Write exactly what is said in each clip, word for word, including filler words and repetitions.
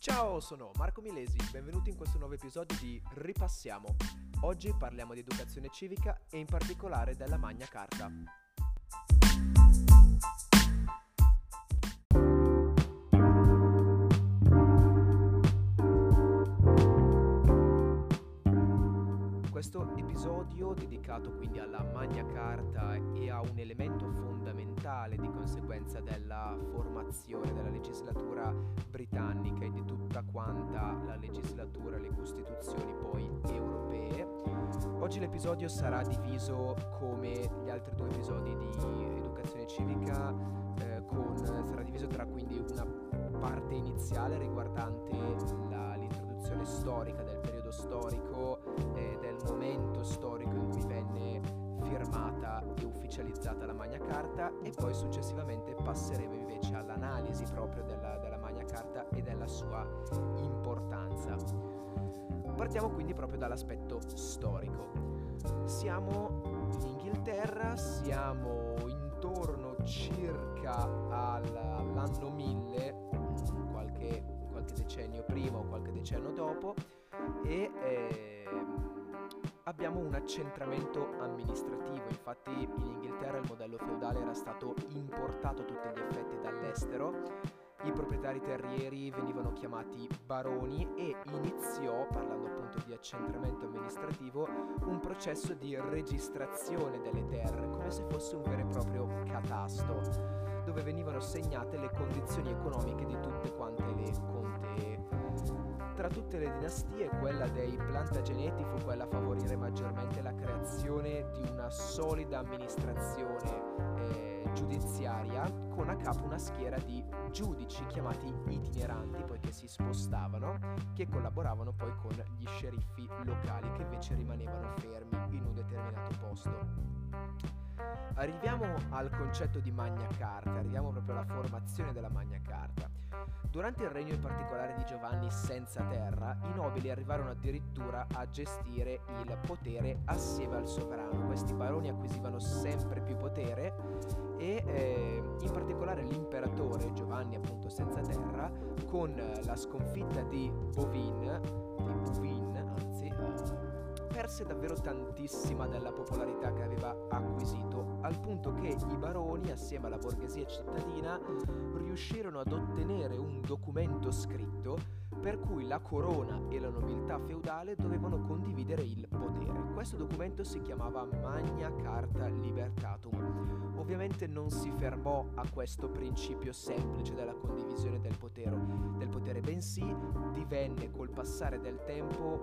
Ciao, sono Marco Milesi, benvenuti in questo nuovo episodio di Ripassiamo. Oggi parliamo di educazione civica e in particolare della Magna Carta. Questo episodio, dedicato quindi alla Magna Carta e a un elemento fondamentale di conseguenza della formazione della legislatura britannica e di tutta quanta la legislatura, le costituzioni poi europee. Oggi l'episodio sarà diviso come gli altri due episodi di educazione civica, eh, con, sarà diviso tra quindi una parte iniziale riguardante la, l'introduzione storica del periodo storico, eh, del momento storico in cui venne firmata e ufficializzata la Magna Carta, e poi successivamente passeremo invece all'analisi proprio della, della Magna Carta e della sua importanza. Partiamo quindi proprio dall'aspetto storico. Siamo in Inghilterra, siamo intorno circa al, all'anno mille, qualche, qualche decennio prima o qualche decennio dopo, e eh, abbiamo un accentramento amministrativo. Infatti in Inghilterra il modello feudale era stato importato a tutti gli effetti dall'estero. I proprietari terrieri venivano chiamati baroni e iniziò, parlando appunto di accentramento amministrativo, un processo di registrazione delle terre, come se fosse un vero e proprio catasto, dove venivano segnate le condizioni economiche di tutte quante le contee. Tra tutte le dinastie, quella dei Plantageneti fu quella a favorire maggiormente la creazione di una solida amministrazione eh, giudiziaria, con a capo una schiera di giudici chiamati itineranti, poiché si spostavano, che collaboravano poi con gli sceriffi locali, che invece rimanevano fermi in un determinato posto. Arriviamo al concetto di Magna Carta, arriviamo proprio alla formazione della Magna Carta. Durante il regno in particolare di Giovanni senza terra, i nobili arrivarono addirittura a gestire il potere assieme al sovrano. Questi baroni acquisivano sempre più potere e eh, in particolare l'imperatore Giovanni appunto senza terra, con la sconfitta di Bouvines, di Bouvines anzi, perse davvero tantissima della popolarità che aveva acquisito, al punto che i baroni, assieme alla borghesia cittadina, riuscirono ad ottenere un documento scritto per cui la corona e la nobiltà feudale dovevano condividere il potere. Questo documento si chiamava Magna Carta Libertatum. Ovviamente non si fermò a questo principio semplice della condivisione del potere, del potere, bensì divenne col passare del tempo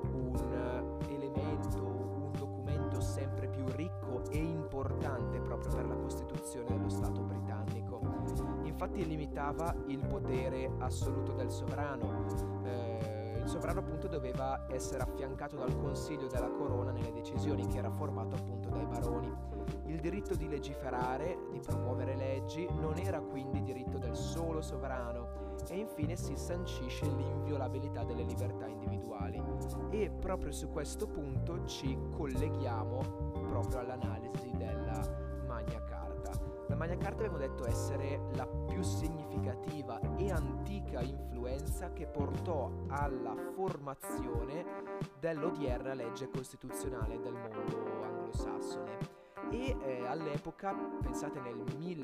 un elemento, un documento sempre più ricco e importante proprio per la costituzione dello Stato britannico. Infatti limitava il potere assoluto del sovrano. Eh, il sovrano appunto doveva essere affiancato dal consiglio della corona nelle decisioni, che era formato appunto dai baroni. Il diritto di legiferare, di promuovere leggi, non era quindi diritto del solo sovrano, e infine si sancisce l'inviolabilità delle libertà individuali. E proprio su questo punto ci colleghiamo proprio all'analisi della Magna Carta. La Magna Carta, abbiamo detto, essere la più significativa e antica influenza che portò alla formazione dell'odierna legge costituzionale del mondo anglosassone. E eh, all'epoca, pensate nel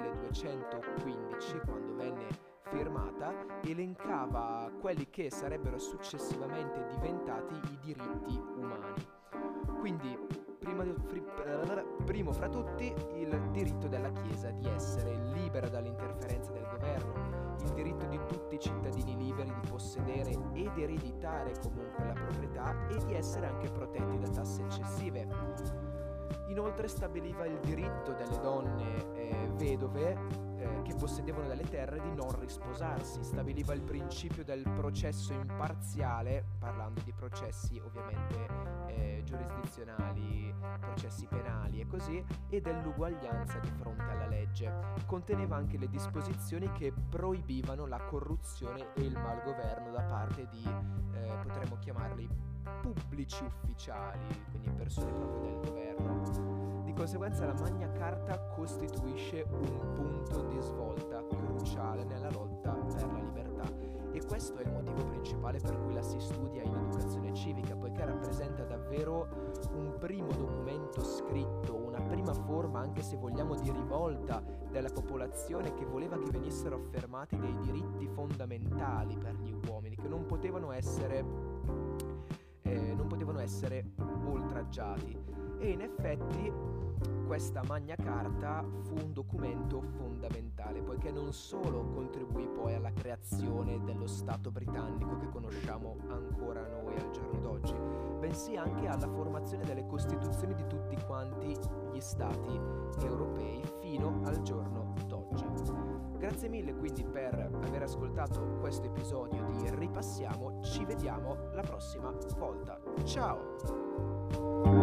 milleduecentoquindici, quando venne firmata, elencava quelli che sarebbero successivamente diventati i diritti umani. Quindi, prima di, fri, primo fra tutti, il diritto della Chiesa di essere libera dall'interferenza del governo, il diritto di tutti i cittadini liberi di possedere ed ereditare comunque la proprietà e di essere anche protetti da tasse eccessive. Inoltre stabiliva il diritto delle donne eh, vedove eh, che possedevano delle terre di non risposarsi, stabiliva il principio del processo imparziale, parlando di processi ovviamente eh, giurisdizionali, processi penali e così, e dell'uguaglianza di fronte alla legge. Conteneva anche le disposizioni che proibivano la corruzione e il malgoverno da parte di, eh, potremmo chiamarli, pubblici ufficiali, quindi persone proprio del governo. Di conseguenza la Magna Carta costituisce un punto di svolta cruciale nella lotta per la libertà, e questo è il motivo principale principale per cui la si studia in educazione civica, poiché rappresenta davvero un primo documento scritto, una prima forma, anche se vogliamo, di rivolta della popolazione che voleva che venissero affermati dei diritti fondamentali per gli uomini, che non potevano essere, eh, non potevano essere oltraggiati. E in effetti questa Magna Carta fu un documento fondamentale, poiché non solo contribuì poi alla creazione dello Stato britannico che conosciamo ancora noi al giorno d'oggi, bensì anche alla formazione delle costituzioni di tutti quanti gli Stati europei fino al giorno d'oggi. Grazie mille quindi per aver ascoltato questo episodio di Ripassiamo, ci vediamo la prossima volta. Ciao!